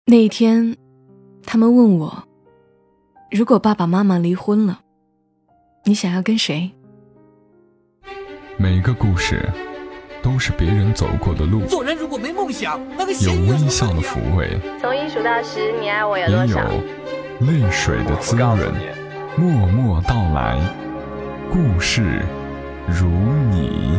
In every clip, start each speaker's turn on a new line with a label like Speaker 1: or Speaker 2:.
Speaker 1: 那一天，他们问我，如果爸爸妈妈离婚了，你想要跟谁？
Speaker 2: 每个故事都是别人走过的路，
Speaker 3: 做人如果没梦想，那个
Speaker 2: 有微笑的抚慰，
Speaker 4: 从1数到10，你爱我有多少？
Speaker 2: 也有泪水的滋润。默默到来，故事如你。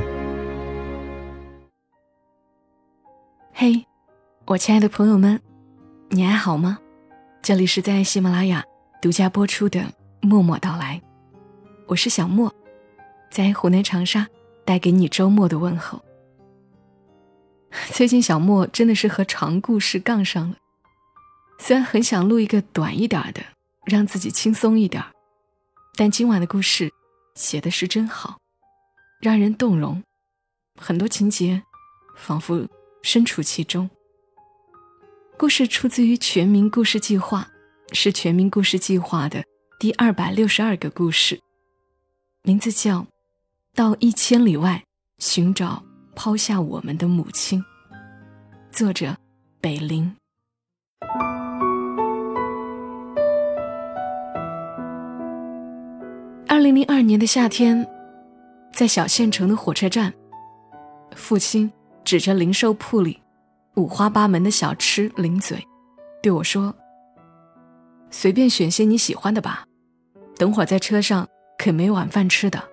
Speaker 1: 嘿，我亲爱的朋友们，你还好吗？这里是在喜马拉雅独家播出的默默到来，我是小莫，在湖南长沙带给你周末的问候。最近小莫真的是和长故事杠上了，虽然很想录一个短一点的，让自己轻松一点，但今晚的故事写的是真好，让人动容，很多情节仿佛身处其中。故事出自于全民故事计划，是全民故事计划的第262个故事，名字叫到1000里外寻找抛下我们的母亲，作者北林。2002年的夏天，在小县城的火车站，父亲指着零售铺里五花八门的小吃零嘴对我说，随便选些你喜欢的吧，等会儿在车上可没晚饭吃的。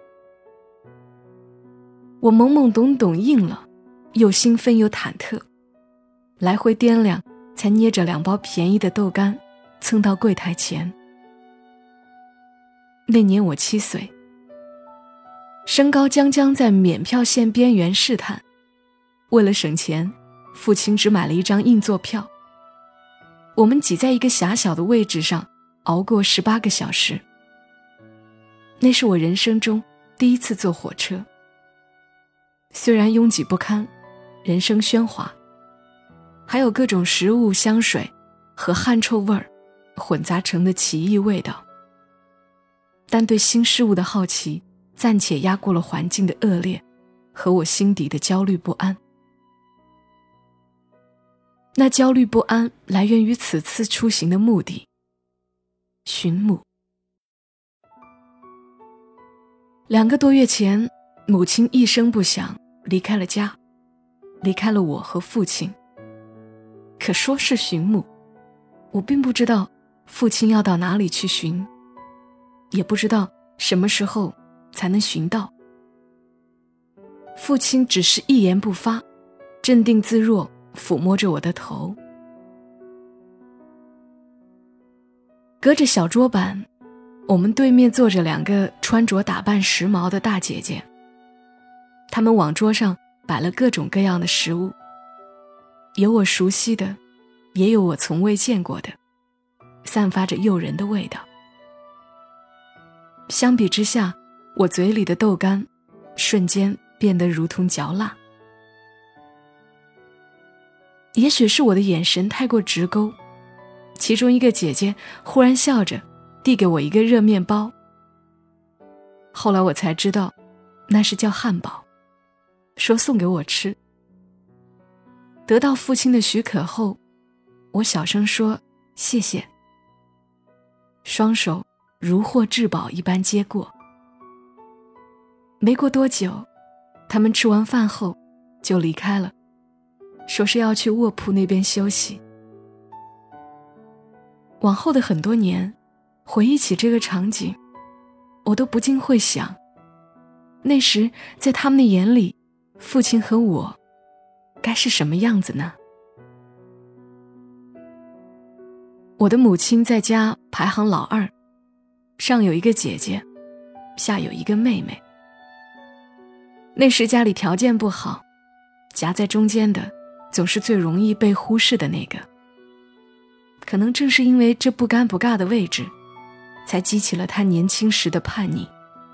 Speaker 1: 我懵懵懂懂应了，又兴奋又忐忑，来回掂量才捏着2包便宜的豆干蹭到柜台前。那年我7岁，身高将将在免票线边缘试探，为了省钱，父亲只买了一张硬座票，我们挤在一个狭小的位置上熬过18个小时。那是我人生中第一次坐火车，虽然拥挤不堪，人声喧哗，还有各种食物香水和汗臭味儿混杂成的奇异味道，但对新事物的好奇暂且压过了环境的恶劣和我心底的焦虑不安。那焦虑不安来源于此次出行的目的，寻母。2个多月前，母亲一声不响离开了家，离开了我和父亲。可说是寻母，我并不知道父亲要到哪里去寻，也不知道什么时候才能寻到。父亲只是一言不发，镇定自若抚摸着我的头。隔着小桌板，我们对面坐着2个穿着打扮时髦的大姐姐，她们往桌上摆了各种各样的食物，有我熟悉的，也有我从未见过的，散发着诱人的味道。相比之下，我嘴里的豆干瞬间变得如同嚼蜡。也许是我的眼神太过直勾，其中一个姐姐忽然笑着递给我一个热面包，后来我才知道那是叫汉堡，说送给我吃。得到父亲的许可后，我小声说谢谢，双手如获至宝一般接过。没过多久，他们吃完饭后就离开了，说是要去卧铺那边休息。往后的很多年，回忆起这个场景，我都不禁会想，那时在他们的眼里，父亲和我该是什么样子呢？我的母亲在家排行老2，上有一个姐姐，下有一个妹妹。那时家里条件不好，夹在中间的总是最容易被忽视的那个。可能正是因为这不尴不尬的位置，才激起了她年轻时的叛逆。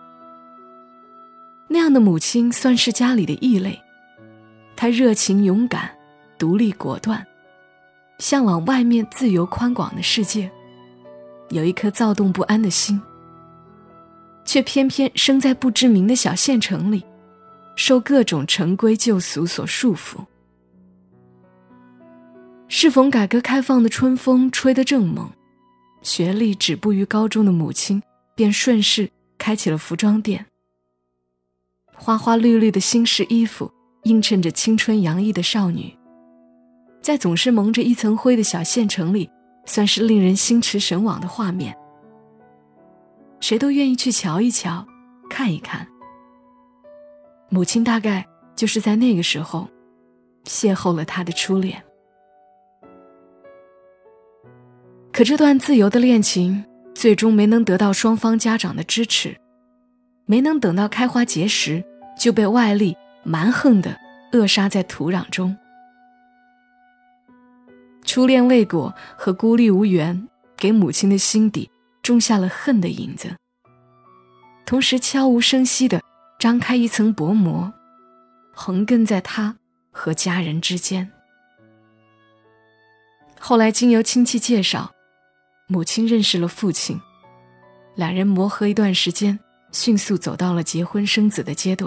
Speaker 1: 那样的母亲算是家里的异类，她热情勇敢，独立果断，向往外面自由宽广的世界，有一颗躁动不安的心，却偏偏生在不知名的小县城里，受各种陈规旧俗所束缚。 适逢改革开放的春风吹得正猛，学历止步于高中的母亲便顺势开启了服装店。花花绿绿的新式衣服映衬着青春洋溢的少女，在总是蒙着一层灰的小县城里，算是令人心驰神往的画面。谁都愿意去瞧一瞧，看一看。母亲大概就是在那个时候邂逅了她的初恋。可这段自由的恋情最终没能得到双方家长的支持，没能等到开花结实，就被外力蛮横地扼杀在土壤中。初恋未果和孤立无援给母亲的心底种下了恨的影子，同时悄无声息地张开一层薄膜，横亘在她和家人之间。后来经由亲戚介绍，母亲认识了父亲，两人磨合一段时间，迅速走到了结婚生子的阶段。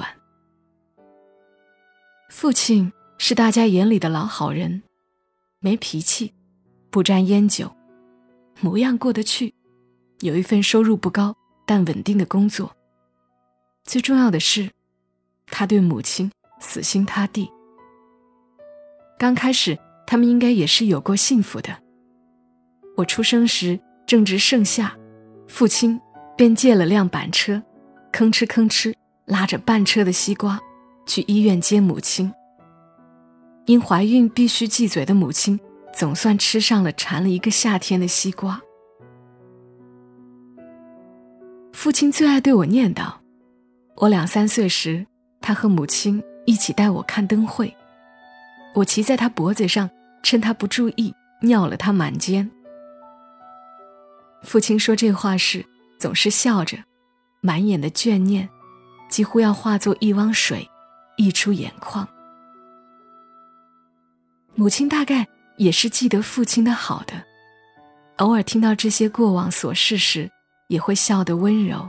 Speaker 1: 父亲是大家眼里的老好人，没脾气，不沾烟酒，模样过得去，有一份收入不高但稳定的工作。最重要的是，他对母亲死心塌地。刚开始他们应该也是有过幸福的。我出生时正值盛夏，父亲便借了辆板车，吭哧吭哧拉着半车的西瓜去医院接母亲。因怀孕必须忌嘴的母亲总算吃上了馋了一个夏天的西瓜。父亲最爱对我念叨，我2、3岁时，他和母亲一起带我看灯会，我骑在他脖子上，趁他不注意尿了他满肩。父亲说这话时总是笑着，满眼的眷念几乎要化作一汪水溢出眼眶。母亲大概也是记得父亲的好的，偶尔听到这些过往琐事时也会笑得温柔。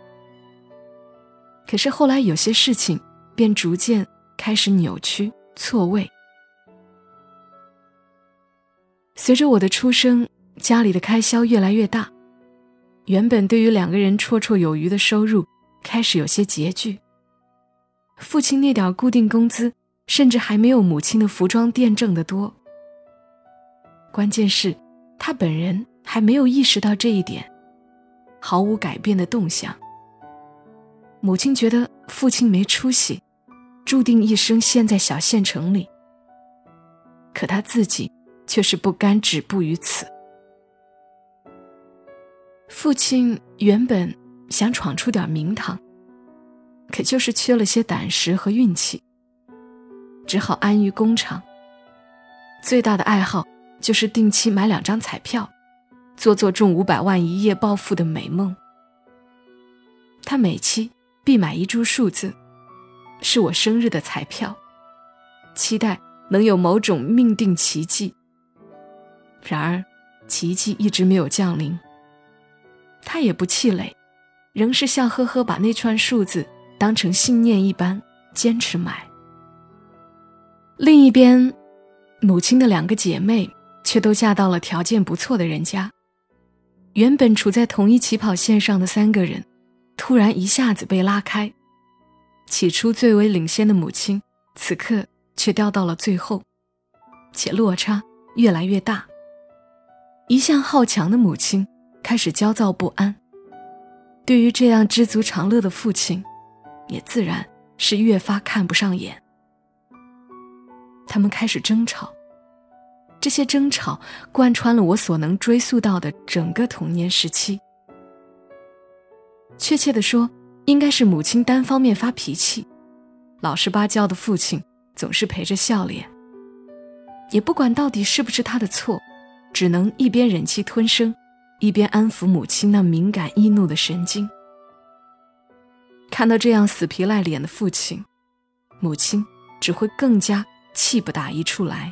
Speaker 1: 可是后来有些事情便逐渐开始扭曲错位。随着我的出生，家里的开销越来越大，原本对于2个人绰绰有余的收入开始有些拮据。父亲那点固定工资甚至还没有母亲的服装店挣得多。关键是他本人还没有意识到这一点，毫无改变的动向。母亲觉得父亲没出息，注定一生陷在小县城里，可他自己却是不甘止步于此。父亲原本想闯出点名堂，可就是缺了些胆识和运气，只好安于工厂。最大的爱好就是定期买2张彩票，做中500万一夜暴富的美梦。他每期必买一注数字，是我生日的彩票，期待能有某种命定奇迹。然而奇迹一直没有降临，他也不气馁，仍是笑呵呵把那串数字当成信念一般坚持买。另一边，母亲的2个姐妹却都嫁到了条件不错的人家。原本处在同一起跑线上的3个人突然一下子被拉开，起初最为领先的母亲此刻却掉到了最后，且落差越来越大。一向好强的母亲开始焦躁不安，对于这样知足常乐的父亲也自然是越发看不上眼。他们开始争吵，这些争吵贯穿了我所能追溯到的整个童年时期。确切地说，应该是母亲单方面发脾气，老实巴交的父亲总是陪着笑脸，也不管到底是不是他的错，只能一边忍气吞声，一边安抚母亲那敏感易怒的神经。看到这样死皮赖脸的父亲，母亲只会更加气不打一处来。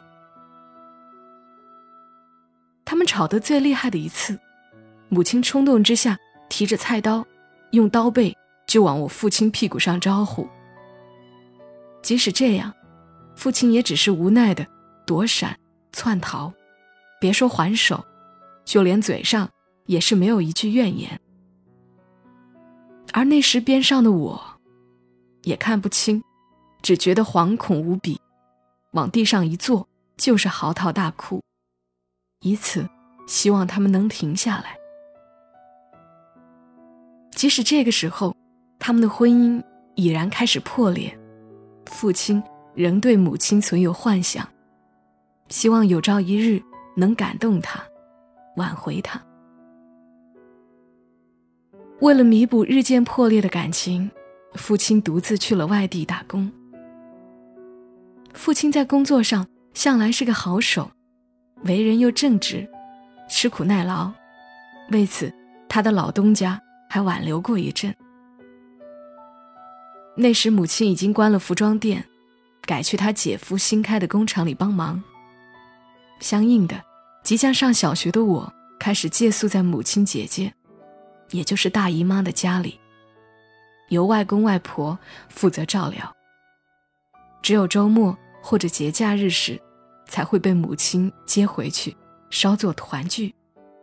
Speaker 1: 他们吵得最厉害的一次，母亲冲动之下提着菜刀，用刀背就往我父亲屁股上招呼。即使这样，父亲也只是无奈地躲闪窜逃，别说还手，就连嘴上也是没有一句怨言。而那时边上的我也看不清，只觉得惶恐无比，往地上一坐就是嚎啕大哭，以此希望他们能停下来。即使这个时候他们的婚姻已然开始破裂，父亲仍对母亲存有幻想，希望有朝一日能感动她，挽回她。为了弥补日渐破裂的感情，父亲独自去了外地打工。父亲在工作上向来是个好手，为人又正直，吃苦耐劳，为此他的老东家还挽留过一阵。那时母亲已经关了服装店，改去他姐夫新开的工厂里帮忙。相应的，即将上小学的我开始借宿在母亲姐姐，也就是大姨妈的家里，由外公外婆负责照料。只有周末或者节假日时才会被母亲接回去稍作团聚。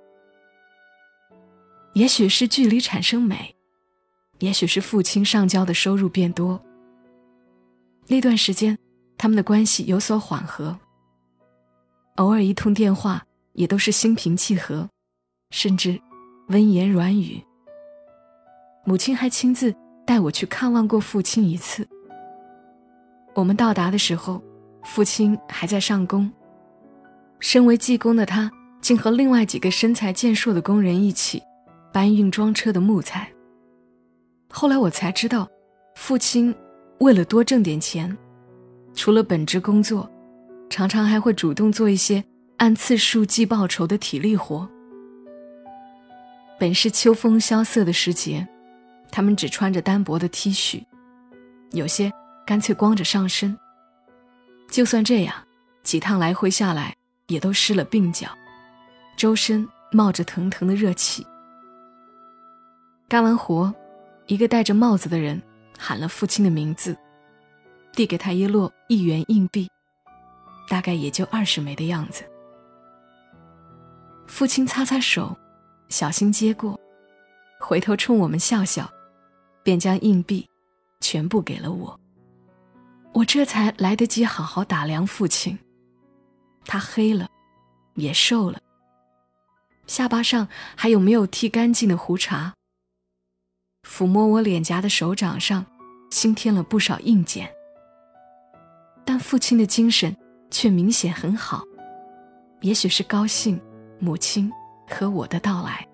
Speaker 1: 也许是距离产生美，也许是父亲上交的收入变多，那段时间他们的关系有所缓和，偶尔一通电话也都是心平气和，甚至温言软语。母亲还亲自带我去看望过父亲一次。我们到达的时候，父亲还在上工，身为技工的他竟和另外几个身材健硕的工人一起搬运装车的木材。后来我才知道，父亲为了多挣点钱，除了本职工作，常常还会主动做一些按次数计报酬的体力活。本是秋风萧瑟的时节，他们只穿着单薄的 T 恤，有些干脆光着上身。就算这样，几趟来回下来也都湿了鬓角，周身冒着腾腾的热气。干完活，一个戴着帽子的人喊了父亲的名字，递给他一摞1元硬币，大概也就20枚的样子。父亲擦擦手，小心接过，回头冲我们笑笑，便将硬币全部给了我。我这才来得及好好打量父亲，他黑了，也瘦了，下巴上还有没有剃干净的胡茬，抚摸我脸颊的手掌上新添了不少硬茧。但父亲的精神却明显很好，也许是高兴母亲和我的到来。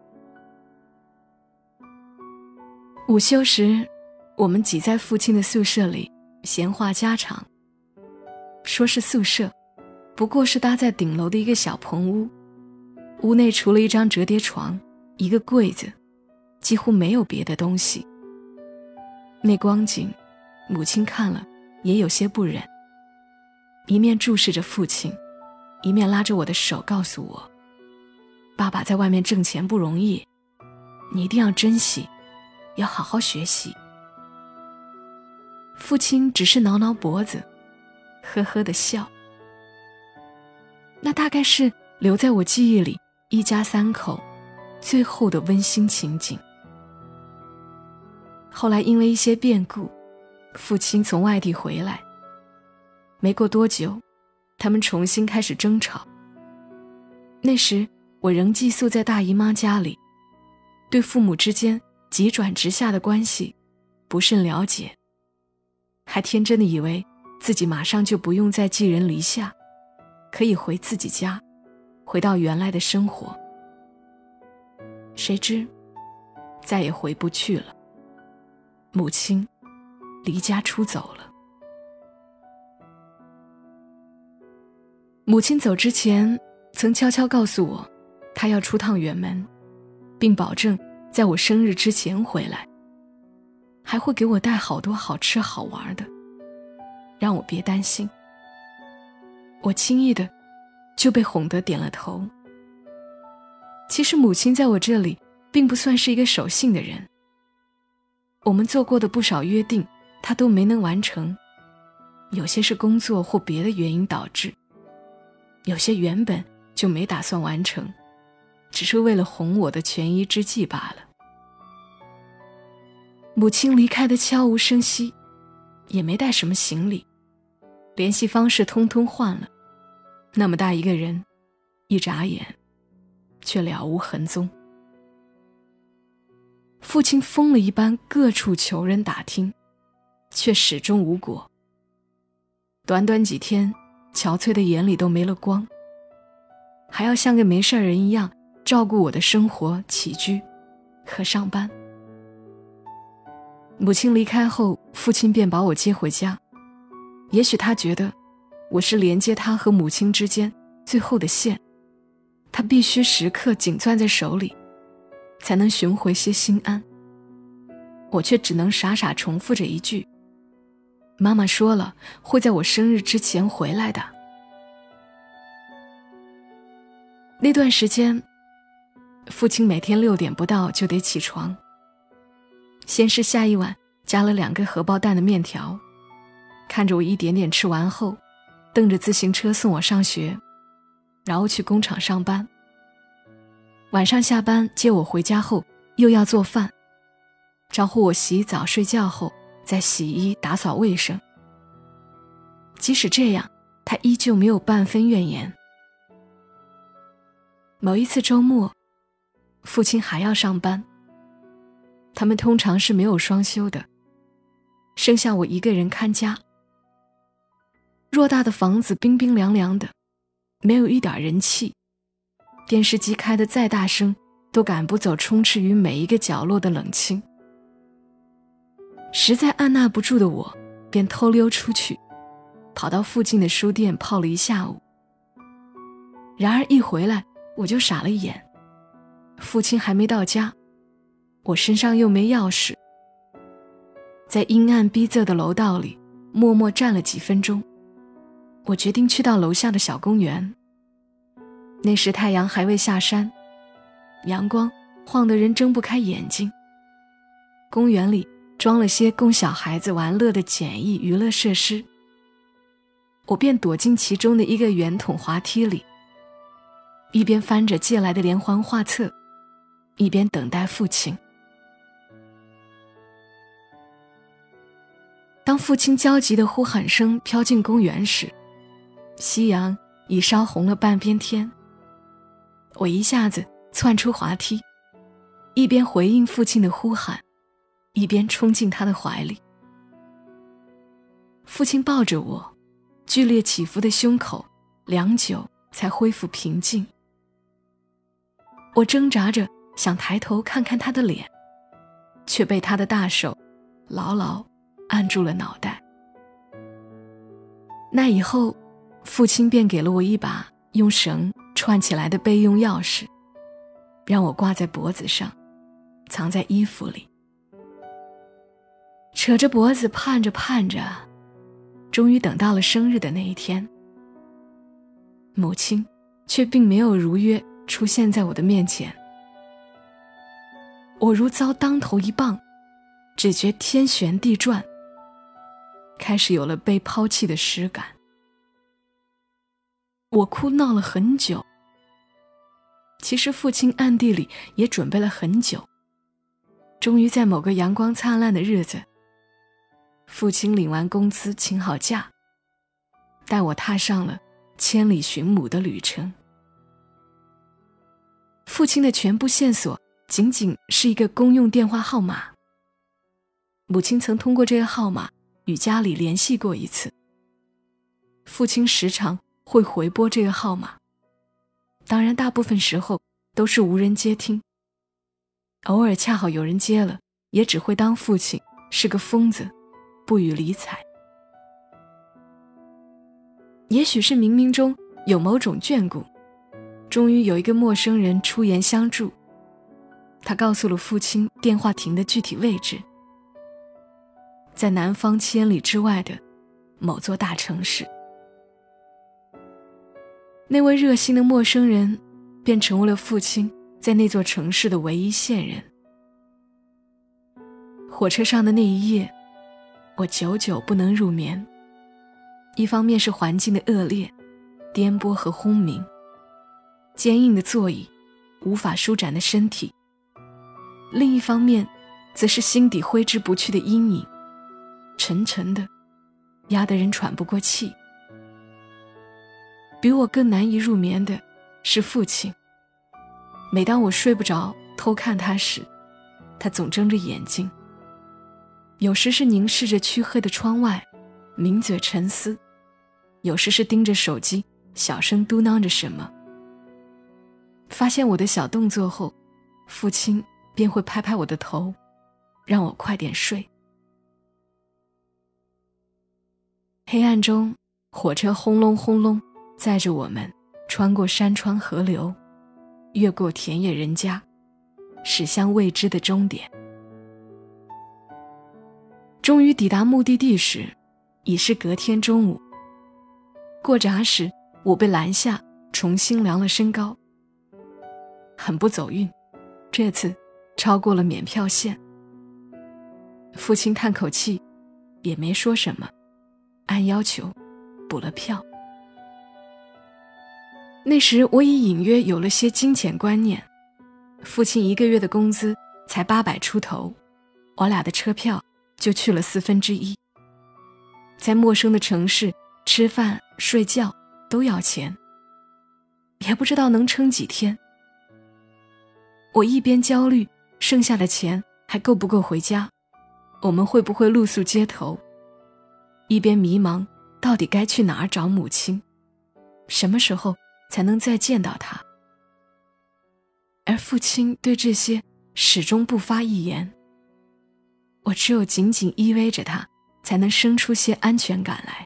Speaker 1: 午休时，我们挤在父亲的宿舍里闲话家常。说是宿舍，不过是搭在顶楼的一个小棚屋，屋内除了一张折叠床，一个柜子，几乎没有别的东西。那光景，母亲看了也有些不忍，一面注视着父亲，一面拉着我的手告诉我，爸爸在外面挣钱不容易，你一定要珍惜，要好好学习。父亲只是挠挠脖子，呵呵地笑。那大概是留在我记忆里一家3口最后的温馨情景。后来因为一些变故，父亲从外地回来，没过多久，他们重新开始争吵。那时我仍寄宿在大姨妈家里，对父母之间急转直下的关系不甚了解，还天真的以为自己马上就不用再寄人篱下，可以回自己家，回到原来的生活。谁知再也回不去了，母亲离家出走了。母亲走之前曾悄悄告诉我，她要出趟远门，并保证在我生日之前回来，还会给我带好多好吃好玩的，让我别担心。我轻易的就被哄得点了头。其实母亲在我这里并不算是一个守信的人，我们做过的不少约定她都没能完成，有些是工作或别的原因导致， 有些原本就没打算完成，只是为了哄我的权宜之计罢了。母亲离开的悄无声息，也没带什么行李，联系方式通通换了。那么大一个人，一眨眼却了无痕踪。父亲疯了一般各处求人打听，却始终无果。短短几天，憔悴的眼里都没了光，还要像个没事人一样照顾我的生活起居和上班。母亲离开后，父亲便把我接回家。也许他觉得我是连接他和母亲之间最后的线，他必须时刻紧攥在手里，才能寻回些心安。我却只能傻傻重复着一句：妈妈说了，会在我生日之前回来的。那段时间，父亲每天6点不到就得起床，先是下一碗加了2个荷包蛋的面条，看着我一点点吃完后，蹬着自行车送我上学，然后去工厂上班。晚上下班接我回家后，又要做饭，招呼我洗澡睡觉后再洗衣打扫卫生。即使这样，他依旧没有半分怨言。某一次周末，父亲还要上班，他们通常是没有双休的，剩下我一个人看家。偌大的房子冰冰凉凉的，没有一点人气，电视机开得再大声，都赶不走充斥于每一个角落的冷清。实在按捺不住的我，便偷溜出去，跑到附近的书店泡了一下午。然而一回来，我就傻了眼，父亲还没到家，我身上又没钥匙。在阴暗逼仄的楼道里默默站了几分钟，我决定去到楼下的小公园。那时太阳还未下山，阳光晃得人睁不开眼睛。公园里装了些供小孩子玩乐的简易娱乐设施，我便躲进其中的一个圆筒滑梯里，一边翻着借来的连环画册，一边等待父亲。当父亲焦急的呼喊声飘进公园时，夕阳已烧红了半边天。我一下子窜出滑梯，一边回应父亲的呼喊，一边冲进他的怀里。父亲抱着我，剧烈起伏的胸口良久才恢复平静。我挣扎着想抬头看看他的脸，却被他的大手牢牢按住了脑袋。那以后，父亲便给了我一把用绳串起来的备用钥匙，让我挂在脖子上，藏在衣服里。扯着脖子盼着盼着，终于等到了生日的那一天。母亲却并没有如约出现在我的面前。我如遭当头一棒，只觉天旋地转，开始有了被抛弃的实感。我哭闹了很久，其实父亲暗地里也准备了很久。终于在某个阳光灿烂的日子，父亲领完工资请好假，带我踏上了千里寻母的旅程。父亲的全部线索仅仅是一个公用电话号码。母亲曾通过这个号码与家里联系过一次，父亲时常会回拨这个号码，当然大部分时候都是无人接听，偶尔恰好有人接了，也只会当父亲是个疯子，不予理睬。也许是冥冥中有某种眷顾，终于有一个陌生人出言相助，他告诉了父亲电话亭的具体位置，在南方千里之外的某座大城市。那位热心的陌生人便成为了父亲在那座城市的唯一线人。火车上的那一夜，我久久不能入眠，一方面是环境的恶劣， 颠簸和轰鸣，坚硬的座椅，无法舒展的身体。另一方面，则是心底挥之不去的阴影，沉沉的，压得人喘不过气。比我更难以入眠的是父亲。每当我睡不着偷看他时，他总睁着眼睛，有时是凝视着黢黑的窗外，抿嘴沉思，有时是盯着手机，小声嘟囔着什么。发现我的小动作后，父亲便会拍拍我的头，让我快点睡。黑暗中，火车轰隆轰隆载着我们穿过山川河流，越过田野人家，驶向未知的终点。终于抵达目的地时，已是隔天中午。过闸时，我被拦下，重新量了身高。很不走运，这次超过了免票线。父亲叹口气，也没说什么，按要求补了票。那时我已隐约有了些金钱观念，父亲1个月的工资才800出头，我俩的车票就去了1/4。在陌生的城市，吃饭睡觉都要钱，也不知道能撑几天。我一边焦虑剩下的钱还够不够回家，我们会不会露宿街头，一边迷茫到底该去哪儿找母亲，什么时候才能再见到她。而父亲对这些始终不发一言，我只有紧紧依偎着他，才能生出些安全感来。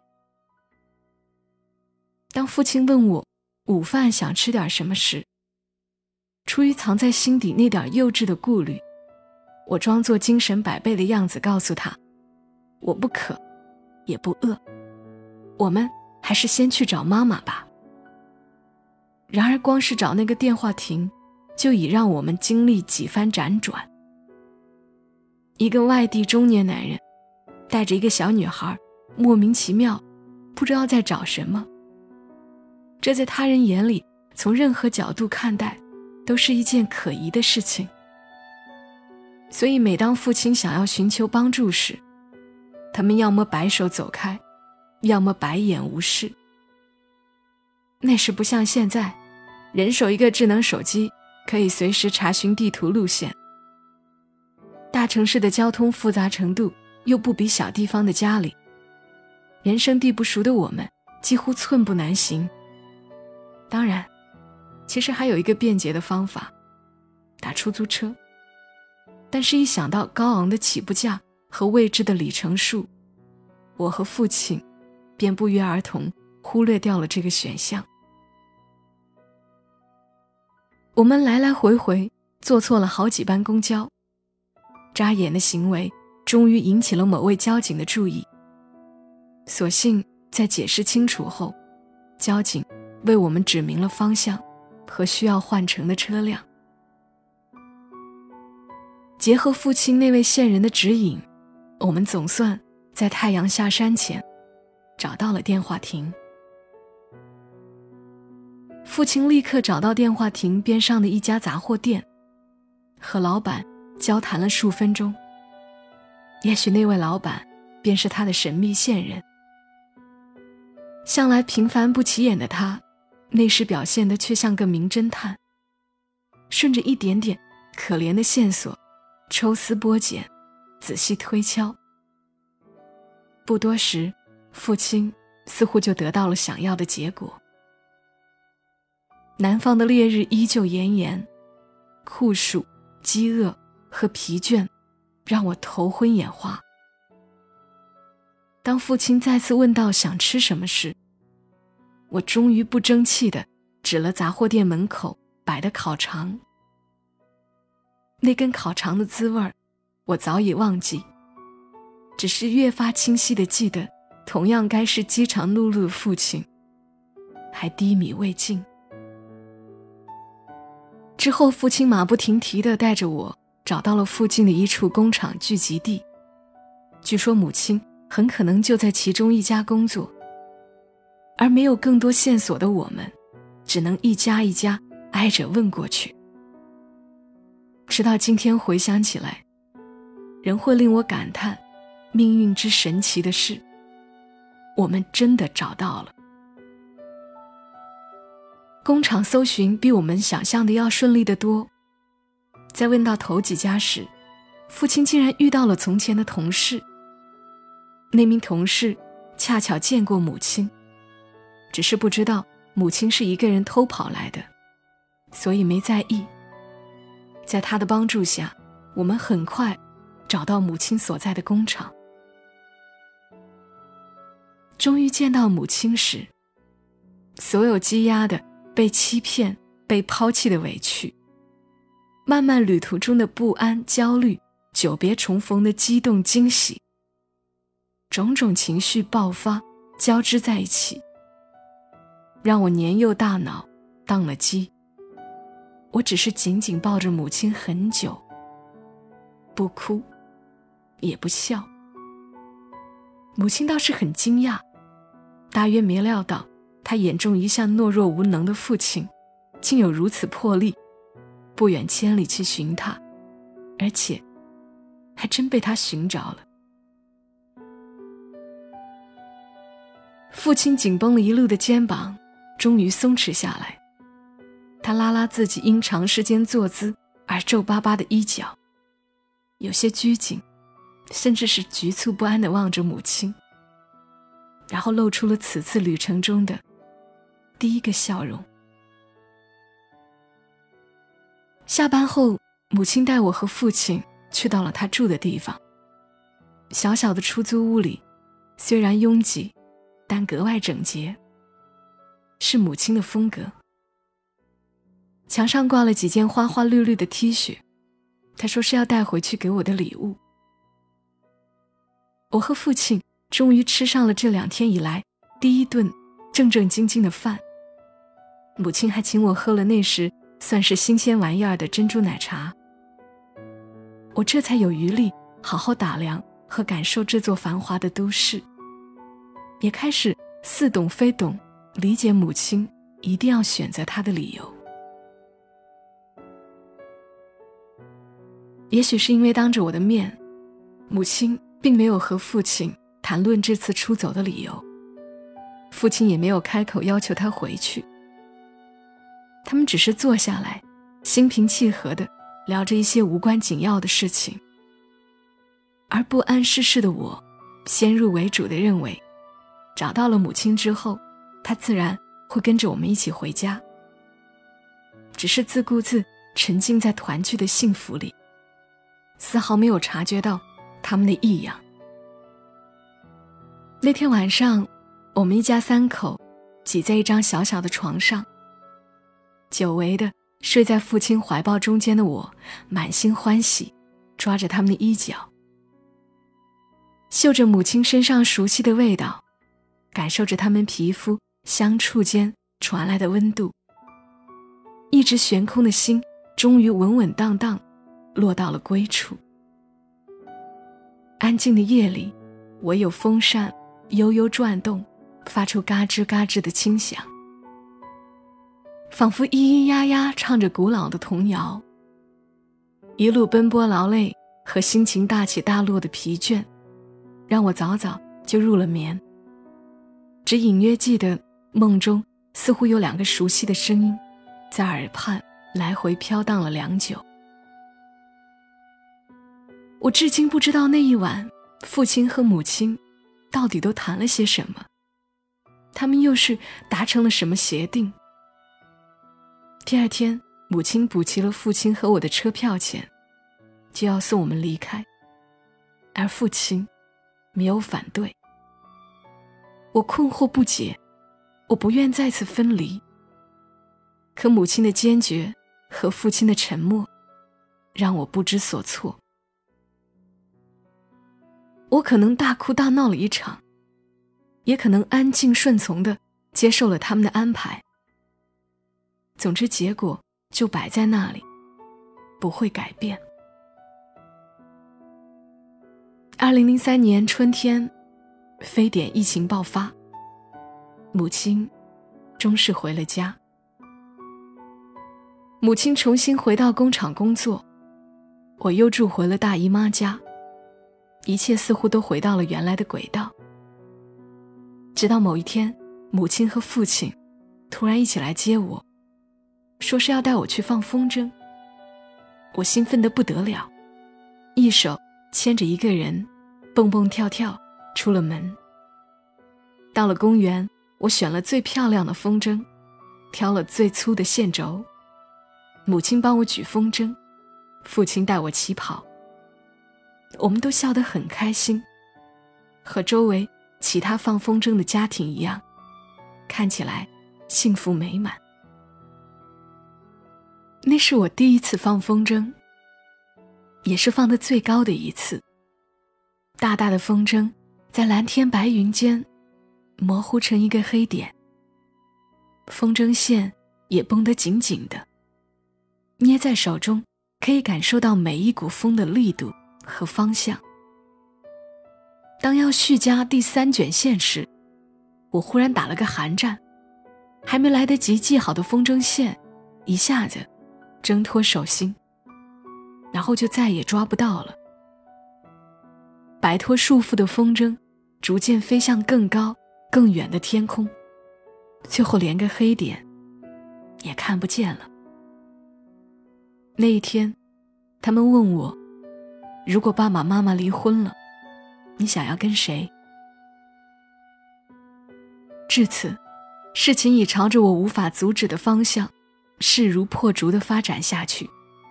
Speaker 1: 当父亲问我午饭想吃点什么时，出于藏在心底那点幼稚的顾虑，我装作精神百倍的样子告诉他，我不渴也不饿，我们还是先去找妈妈吧。然而光是找那个电话亭，就已让我们经历几番辗转。一个外地中年男人带着一个小女孩，莫名其妙，不知道在找什么。这在他人眼里，从任何角度看待，都是一件可疑的事情。所以每当父亲想要寻求帮助时，他们要么摆手走开，要么白眼无视。那时不像现在，人手一个智能手机，可以随时查询地图路线。大城市的交通复杂程度又不比小地方的家里，人生地不熟的我们几乎寸步难行。当然，其实还有一个便捷的方法，打出租车。但是一想到高昂的起步价和未知的里程数，我和父亲便不约而同忽略掉了这个选项。我们来来回回坐错了好几班公交，扎眼的行为终于引起了某位交警的注意。所幸在解释清楚后，交警为我们指明了方向和需要换乘的车辆。结合父亲那位线人的指引，我们总算在太阳下山前找到了电话亭。父亲立刻找到电话亭边上的一家杂货店，和老板交谈了数分钟。也许那位老板便是他的神秘线人。向来平凡不起眼的他，那时表现得却像个名侦探，顺着一点点可怜的线索抽丝剥茧，仔细推敲。不多时，父亲似乎就得到了想要的结果。南方的烈日依旧炎炎，酷暑、饥饿和疲倦让我头昏眼花。当父亲再次问到想吃什么时，我终于不争气地指了杂货店门口摆的烤肠。那根烤肠的滋味我早已忘记，只是越发清晰地记得，同样该是饥肠辘辘的父亲还低迷未尽。之后父亲马不停蹄地带着我找到了附近的一处工厂聚集地，据说母亲很可能就在其中一家工作。 而没有更多线索的我们，只能一家一家挨着问过去。直到今天回想起来，仍会令我感叹命运之神奇的是，我们真的找到了。工厂搜寻比我们想象的要顺利得多。在问到头几家时，父亲竟然遇到了从前的同事。那名同事恰巧见过母亲，只是不知道母亲是一个人偷跑来的，所以没在意。在他的帮助下，我们很快找到母亲所在的工厂。终于见到母亲时，所有积压的被欺骗、被抛弃的委屈，漫漫旅途中的不安、焦虑，久别重逢的激动、惊喜，种种情绪爆发交织在一起，让我年幼大脑宕了机。我只是紧紧抱着母亲很久，不哭也不笑。母亲倒是很惊讶，大约没料到她眼中一向懦弱无能的父亲竟有如此魄力，不远千里去寻他，而且还真被他寻着了。父亲紧绷了一路的肩膀终于松弛下来，他拉拉自己因长时间坐姿而皱巴巴的衣角，有些拘谨，甚至是局促不安地望着母亲，然后露出了此次旅程中的第一个笑容。下班后，母亲带我和父亲去到了他住的地方。小小的出租屋里，虽然拥挤，但格外整洁，是母亲的风格。墙上挂了几件花花绿绿的 T 恤，她说是要带回去给我的礼物。我和父亲终于吃上了这2天以来第一顿正正经经的饭。母亲还请我喝了那时算是新鲜玩意儿的珍珠奶茶。我这才有余力好好打量和感受这座繁华的都市，也开始似懂非懂理解母亲一定要选择她的理由。也许是因为当着我的面，母亲并没有和父亲谈论这次出走的理由，父亲也没有开口要求他回去。他们只是坐下来，心平气和地聊着一些无关紧要的事情。而不谙世事的我，先入为主地认为，找到了母亲之后，她自然会跟着我们一起回家。只是自顾自沉浸在团聚的幸福里，丝毫没有察觉到他们的异样。那天晚上，我们一家3口挤在一张小小的床上，久违的睡在父亲怀抱中间的我满心欢喜，抓着他们的衣角，嗅着母亲身上熟悉的味道，感受着他们皮肤相触间传来的温度。一直悬空的心终于稳稳当当落到了归处。安静的夜里，唯有风扇悠悠转动，发出嘎吱嘎吱的轻响，仿佛咿咿呀呀唱着古老的童谣。一路奔波劳累和心情大起大落的疲倦，让我早早就入了眠。只隐约记得梦中似乎有2个熟悉的声音在耳畔来回飘荡了良久。我至今不知道那一晚父亲和母亲到底都谈了些什么，他们又是达成了什么协定。第2天，母亲补齐了父亲和我的车票钱，就要送我们离开，而父亲没有反对。我困惑不解，我不愿再次分离，可母亲的坚决和父亲的沉默让我不知所措。我可能大哭大闹了一场，也可能安静顺从地接受了他们的安排。总之结果就摆在那里，不会改变。2003年春天，非典疫情爆发， 母亲终是回了家。母亲重新回到工厂工作，我又住回了大姨妈家，一切似乎都回到了原来的轨道。直到某一天，母亲和父亲突然一起来接我，说是要带我去放风筝。我兴奋得不得了，一手牵着一个人蹦蹦跳跳出了门。到了公园，我选了最漂亮的风筝，挑了最粗的线轴，母亲帮我举风筝，父亲带我起跑。我们都笑得很开心，和周围其他放风筝的家庭一样，看起来幸福美满。那是我第一次放风筝，也是放得最高的一次。大大的风筝在蓝天白云间模糊成一个黑点，风筝线也绷得紧紧的，捏在手中可以感受到每一股风的力度和方向。当要续加第3卷线时，我忽然打了个寒战，还没来得及系好的风筝线一下子挣脱手心，然后就再也抓不到了。摆脱束缚的风筝逐渐飞向更高更远的天空，最后连个黑点也看不见了。那一天，他们问我，如果爸爸妈妈离婚了，你想要跟谁？至此，事情已朝着我无法阻止的方向势如破竹地发展下去。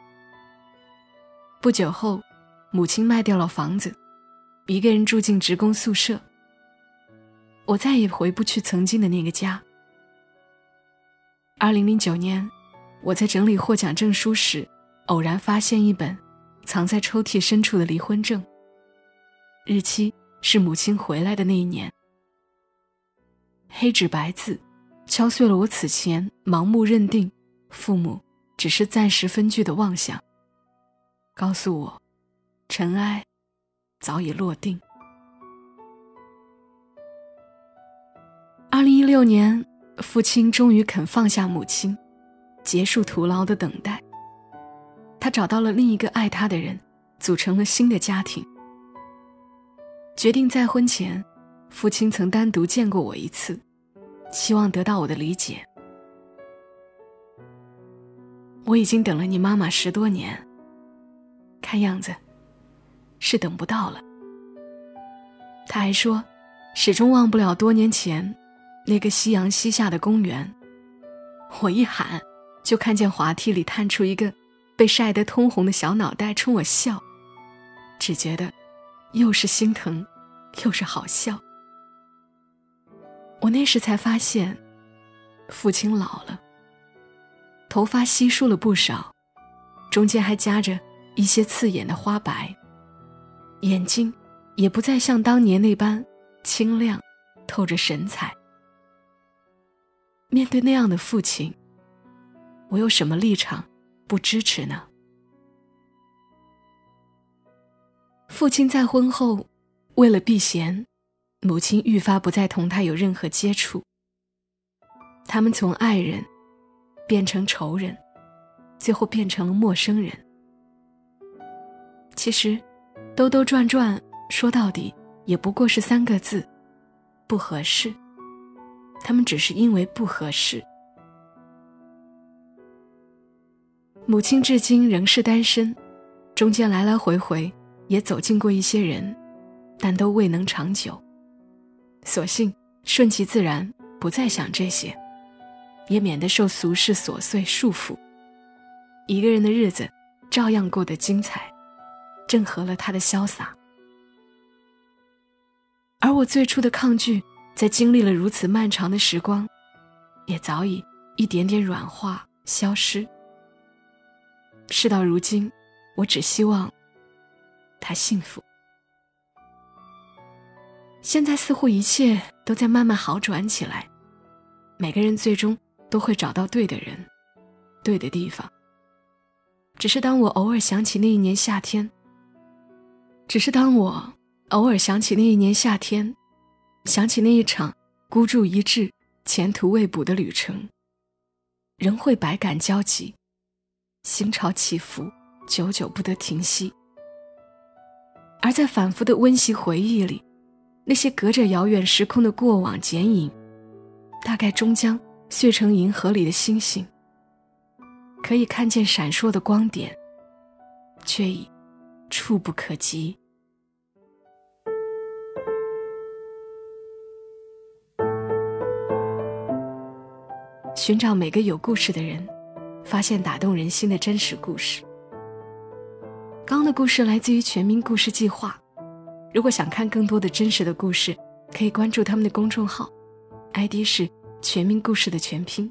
Speaker 1: 不久后，母亲卖掉了房子，一个人住进职工宿舍。我再也回不去曾经的那个家。2009年，我在整理获奖证书时，偶然发现一本藏在抽屉深处的离婚证，日期是母亲回来的那一年。黑纸白字敲碎了我此前盲目认定父母只是暂时分居的妄想，告诉我尘埃早已落定。2016年，父亲终于肯放下母亲，结束徒劳的等待。他找到了另一个爱他的人，组成了新的家庭。决定再婚前，父亲曾单独见过我一次，希望得到我的理解。我已经等了你妈妈10多年，看样子是等不到了。他还说，始终忘不了多年前那个夕阳西下的公园，我一喊，就看见滑梯里探出一个被晒得通红的小脑袋冲我笑，只觉得又是心疼又是好笑。我那时才发现，父亲老了，头发稀疏了不少，中间还夹着一些刺眼的花白，眼睛也不再像当年那般清亮透着神采。面对那样的父亲，我有什么立场不支持呢？父亲在婚后，为了避嫌，母亲愈发不再同他有任何接触。他们从爱人变成仇人，最后变成了陌生人。其实兜兜转转说到底也不过是3个字，不合适。他们只是因为不合适。母亲至今仍是单身，中间来来回回也走进过一些人，但都未能长久。索性顺其自然，不再想这些，也免得受俗世琐碎束缚。一个人的日子照样过得精彩，正合了他的潇洒。而我最初的抗拒，在经历了如此漫长的时光，也早已一点点软化消失。事到如今，我只希望他幸福。现在似乎一切都在慢慢好转起来，每个人最终都会找到对的人，对的地方。只是当我偶尔想起那一年夏天，想起那一场孤注一掷前途未卜的旅程，人会百感交集，心潮起伏，久久不得停息。而在反复的温习回忆里，那些隔着遥远时空的过往剪影，大概终将碎成银河里的星星，可以看见闪烁的光点，却已触不可及。寻找每个有故事的人，发现打动人心的真实故事。刚刚的故事来自于全民故事计划，如果想看更多的真实的故事，可以关注他们的公众号， ID 是全民故事的全拼。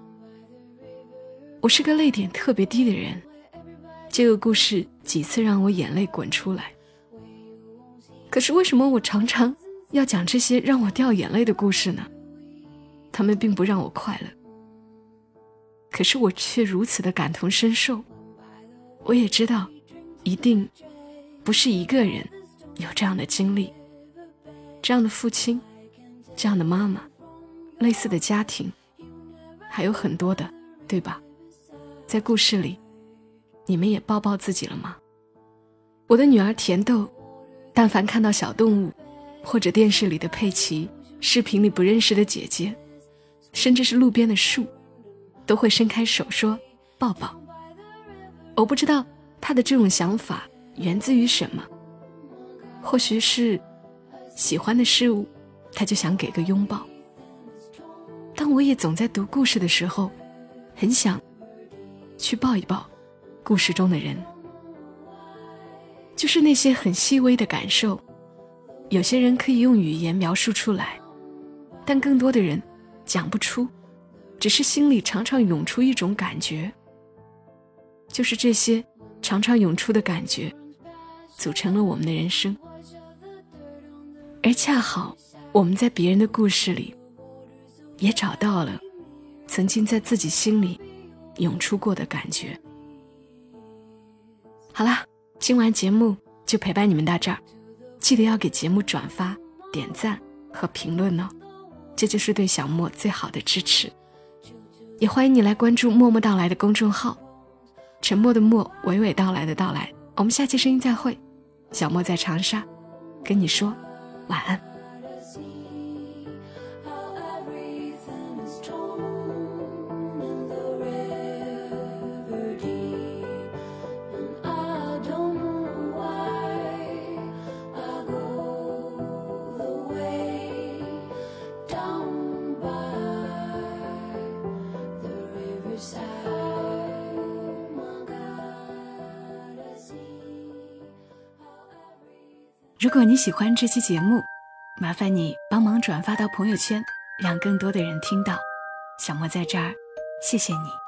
Speaker 1: 我是个泪点特别低的人，这个故事几次让我眼泪滚出来。可是为什么我常常要讲这些让我掉眼泪的故事呢？他们并不让我快乐，可是我却如此的感同身受。我也知道一定不是一个人有这样的经历，这样的父亲，这样的妈妈，类似的家庭还有很多的，对吧？在故事里你们也抱抱自己了吗？我的女儿甜豆，但凡看到小动物，或者电视里的佩奇，视频里不认识的姐姐，甚至是路边的树，都会伸开手说抱抱。我不知道她的这种想法源自于什么，或许是喜欢的事物，她就想给个拥抱。但我也总在读故事的时候，很想去抱一抱故事中的人，就是那些很细微的感受，有些人可以用语言描述出来，但更多的人讲不出，只是心里常常涌出一种感觉，就是这些常常涌出的感觉组成了我们的人生。而恰好我们在别人的故事里也找到了曾经在自己心里涌出过的感觉。好啦，今晚节目就陪伴你们到这儿，记得要给节目转发、点赞和评论哦，这就是对小莫最好的支持。也欢迎你来关注默默到来的公众号，沉默的默，娓娓道来的到来。我们下期声音再会，小莫在长沙跟你说晚安。如果你喜欢这期节目，麻烦你帮忙转发到朋友圈，让更多的人听到。小莫在这儿，谢谢你。